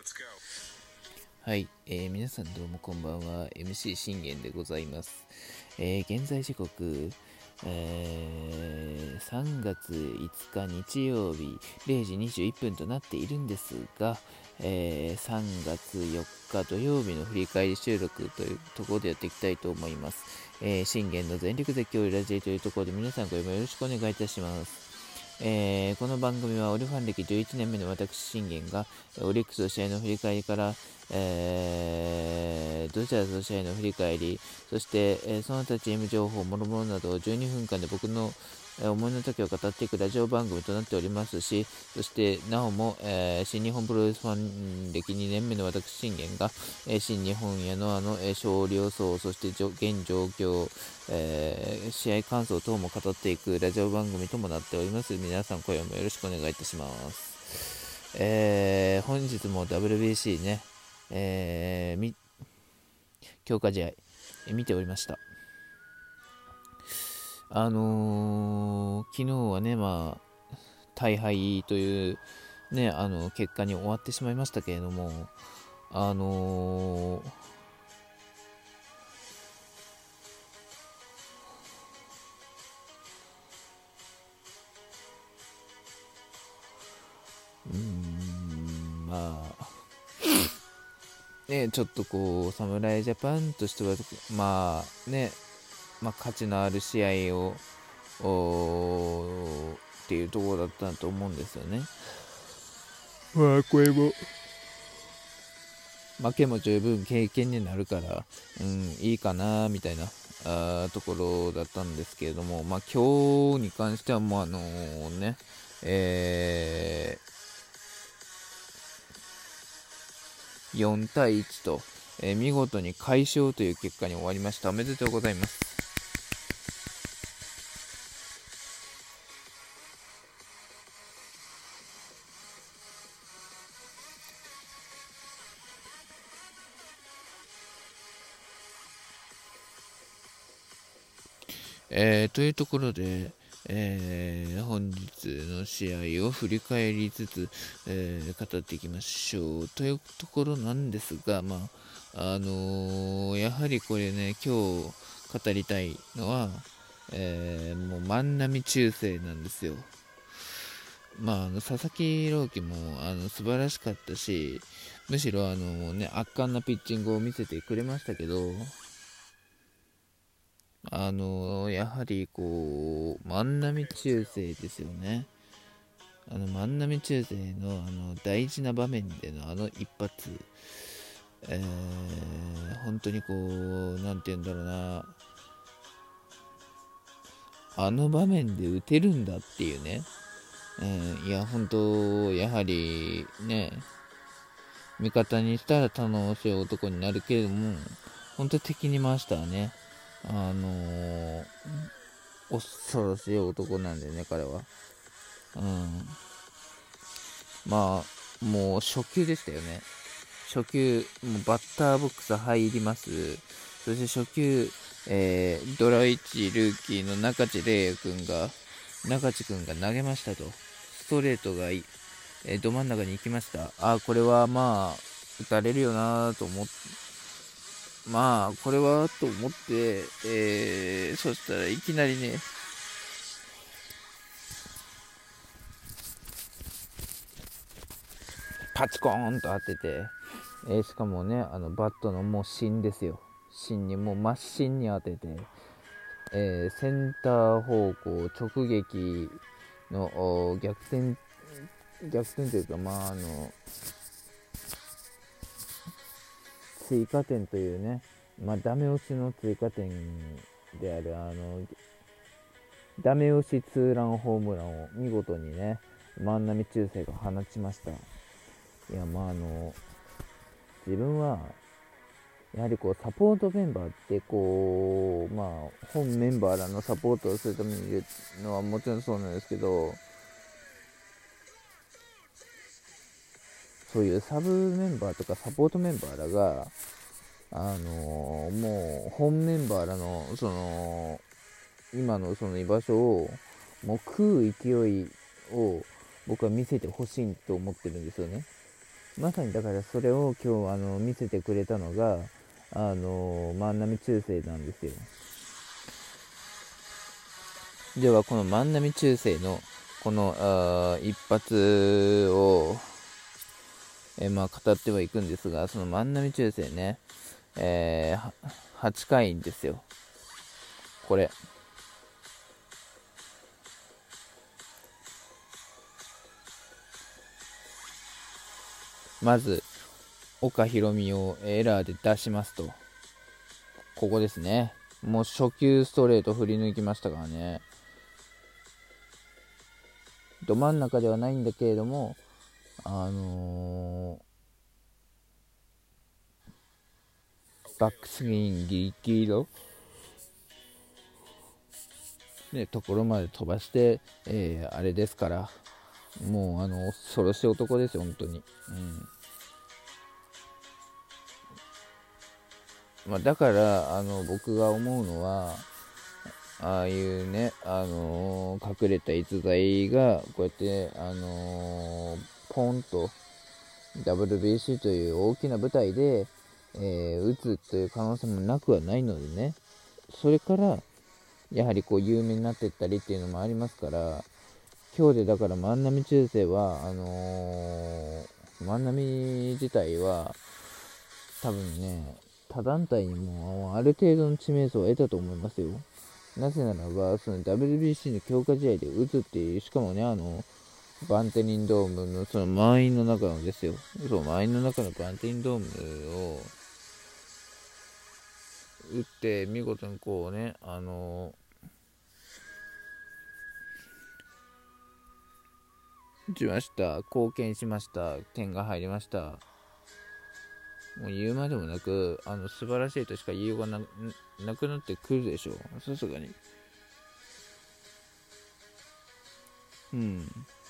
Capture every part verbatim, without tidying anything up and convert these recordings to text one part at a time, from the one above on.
はい、えー、皆さんどうもこんばんは。 エムシー 信玄でございます。えー、現在時刻、えー、さんがついつか日曜日れいじにじゅういっぷんとなっているんですが、えー、さんがつよっか土曜日の振り返り収録というところでやっていきたいと思います。えー、信玄の全力絶叫ラジエというところで皆さんご読みよろしくお願いいたします。えー、この番組はオリファン歴じゅういちねんめの私信玄がオリックスの試合の振り返りから、えー、ドジャースの試合の振り返り、そして、えー、その他チーム情報もろもろなどをじゅうにふんかんで僕の思いの丈を語っていくラジオ番組となっておりますし、そしてなおも、えー、新日本プロレスファン歴にねんめの私信玄が、えー、新日本やノアの、えー、勝利予想、そして現状況、えー、試合感想等も語っていくラジオ番組ともなっております。皆さん今夜もよろしくお願いいたします。えー、本日も ダブリュービーシー ね、えー、強化試合、えー、見ておりました。あのー、昨日はね、まあ、大敗という、ね、あの結果に終わってしまいましたけれども、あのー、うーん、まあ、ね、ちょっとこう、侍ジャパンとしては、まあね、まあ、価値のある試合をっていうところだったと思うんですよね。まあこれも負けも十分経験になるから、うん、いいかなみたいなあところだったんですけれども、まあ今日に関してはもうあのね、えー、よんたいいちと、えー、見事に快勝という結果に終わりました。おめでとうございます。えー、というところで、えー、本日の試合を振り返りつつ、えー、語っていきましょうというところなんですが、まああのー、やはりこれね、今日語りたいのは、えー、もう万波中正なんですよ。まあ、あの佐々木朗希もあの素晴らしかったし、むしろあの、ね、圧巻なピッチングを見せてくれましたけど、あのやはりこう万波中正ですよね。あの万波中正のあの大事な場面でのあの一発、えー、本当にこうなんて言うんだろうな、あの場面で打てるんだっていうね、うん、いや本当やはりね、味方にしたら頼もしい男になるけれども、本当敵に回したらね、あのー、恐ろしい男なんでね、彼は。うん。まあ、もう初球でしたよね。初球、もうバッターボックス入ります。そして初球、えー、ドラいちルーキーの中地礼也君が、中地君が投げましたと。ストレートがい、えー、ど真ん中に行きました。あ、これはまあ、打たれるよなと思って、まあ、これはと思って、えー、そしたらいきなりね、パチコーンと当てて、えー、しかもね、あのバットのもう芯ですよ。芯にもう真芯に当てて、えー、センター方向直撃の逆転、逆転というか、まああの、追加点というね、まあダメ押しの追加点である、あの、ダメ押しツーランホームランを見事にね、万波中正が放ちました。いや、まああの、自分は、やはりこうサポートメンバーってこう、まあ、本メンバーらのサポートをするためにいるのはもちろんそうなんですけど、そういうサブメンバーとかサポートメンバーらが、あのー、もう本メンバーらのその今のその居場所をもう食う勢いを僕は見せてほしいと思ってるんですよね。 まさにだからそれを今日あの見せてくれたのがあの万波中正なんですよ。ではこの万波中正のこのあ一発を、えーまあ、語ってはいくんですが、その万波中正ね、えー、はちかいですよ。これまず岡大海をエラーで出しますと、ここですね。もう初球ストレート振り抜きましたからね。ど真ん中ではないんだけれども、あのー、バックスクリーンギリギリの、ね、ところまで飛ばして、えー、あれですから、もうあの恐ろしい男ですよ本当に。うんまあ、だからあの僕が思うのは、ああいうね、あのー隠れた逸材がこうやって、あのーポンと ダブリュービーシー という大きな舞台で、えー打つという可能性もなくはないのでね、それからやはりこう有名になっていったりっていうのもありますから、今日でだから万波中正はあのー万波自体は多分ね、他団体にもある程度の知名度を得たと思いますよ。なぜならば、その ダブリュービーシー の強化試合で打つっていう、しかもね、あの、バンテリンドームのその満員の中のですよ。そう、満員の中のバンテリンドームを打って、見事にこうね、あの、打ちました。貢献しました。点が入りました。もう言うまでもなく、あの素晴らしいとしか言いようが な, なくなってくるでしょう。さすがに。うん。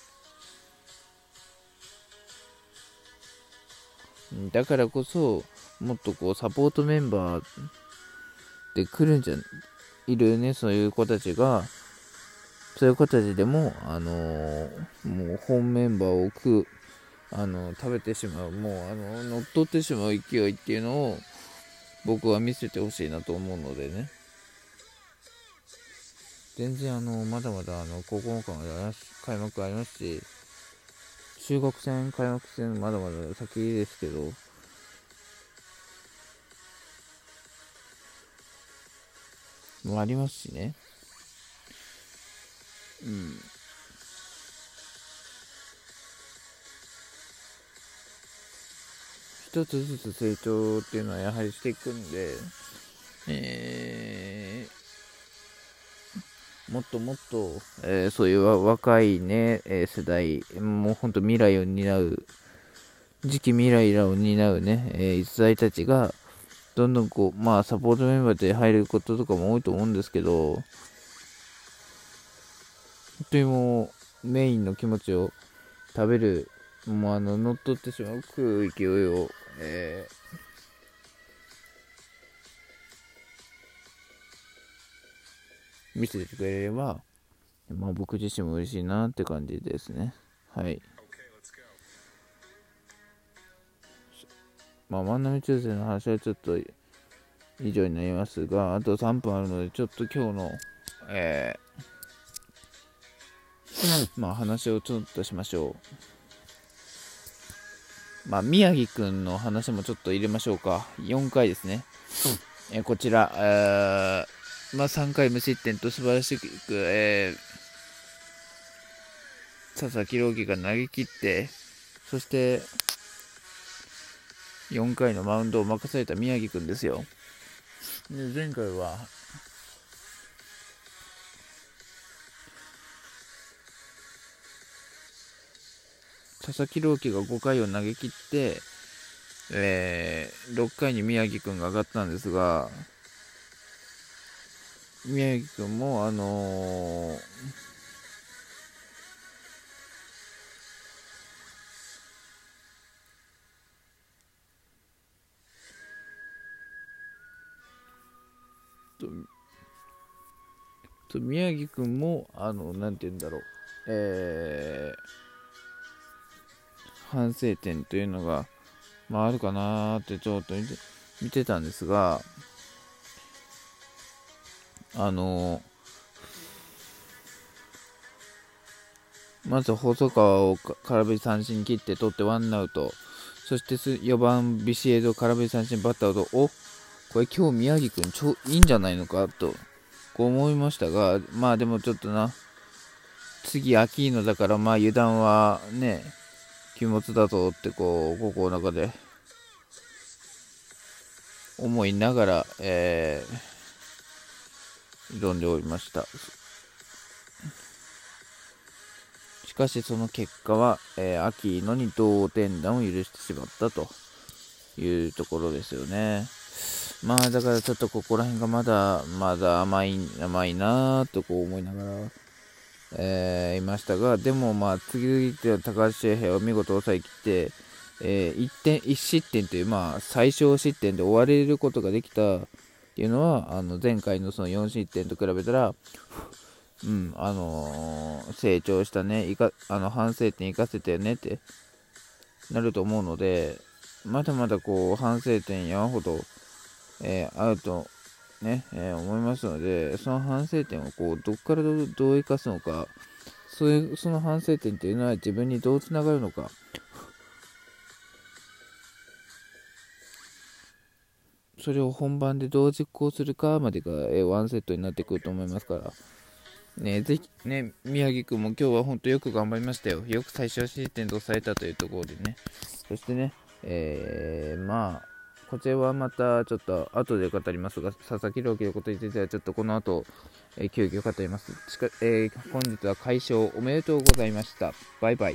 だからこそ、もっとこうサポートメンバーで来るんじゃいるね、そういう子たちが、そういう子たちでも、あのーもう本メンバーを食う、あのー食べてしまう、もう、あのー乗っ取ってしまう勢いっていうのを僕は見せてほしいなと思うのでね。全然あのまだまだあのここのかまで開幕ありますし、中国戦開幕戦まだまだ先ですけど、もありますしね。うん。一つずつ成長っていうのはやはりしていくんで、えー、もっともっと、えーそういう若いね、えー世代、もう本当未来を担う、次期未来を担うね、えー逸材たちが、どんどんこう、まあサポートメンバーで入ることとかも多いと思うんですけど、本当にもうメインの気持ちを食べる、もうあの乗っ取ってしまう勢いを、えー見せてくれれば、まあ、僕自身も嬉しいなって感じですね。はい。まあ、万波中正の話はちょっと以上になりますが、あとさんぷんあるので、ちょっと今日の、えー、まあ話をちょっとしましょう。まあ、宮城くんの話もちょっと入れましょうか。よんかいですね。えーこちら、えーまあ、さんかい無失点と素晴らしく、えー佐々木朗希が投げ切って、そしてよんかいのマウンドを任された宮城くんですよ。で前回は佐々木朗希がごかいを投げ切って、えーろっかいに宮城くんが上がったんですが、宮城くんもあのーと宮城くんもあのなんて言うんだろう、えー反省点というのが、まあ、あるかなーってちょっと見て、見てたんですが、あのまず細川を空振り三振切って取ってワンアウト、そしてよばんビシエド空振り三振バッターと、おこれ今日宮城くんちょいいんじゃないのかとこう思いましたが、まあでもちょっとな、次アキーノだからまあ油断はね禁物だぞってこう心の中で思いながら、えー、挑んでおりました。しかしその結果は、えー、アキーノに同点弾を許してしまったというところですよね。まあだからちょっとここら辺がまだまだ甘い甘いなとこう思いながら、えー、いましたが、でもまあ次々と高橋周平を見事抑えきって、えー、いってんいち失点というまあ最小失点で終われることができたっていうのは、あの前回のそのよん失点と比べたら、うんあのー、成長したね、いかあの反省点生かせたよねってなると思うので、まだまだこう反省点山ほど、えー、あるとね、えー、思いますので、その反省点をこうどこからどう生かすのか、そういうその反省点というのは自分にどうつながるのか、それを本番でどう実行するかまでが、えー、ワンセットになってくると思いますから、ね、ぜひね、宮城君も今日は本当よく頑張りましたよ。よく最小失点と抑えたというところでね。そしてね、えー、まあ、こちらはまたちょっと後で語りますが、佐々木朗希のことについてはちょっとこの後、えー、急遽語ります。しかえー、本日は快勝おめでとうございました。バイバイ。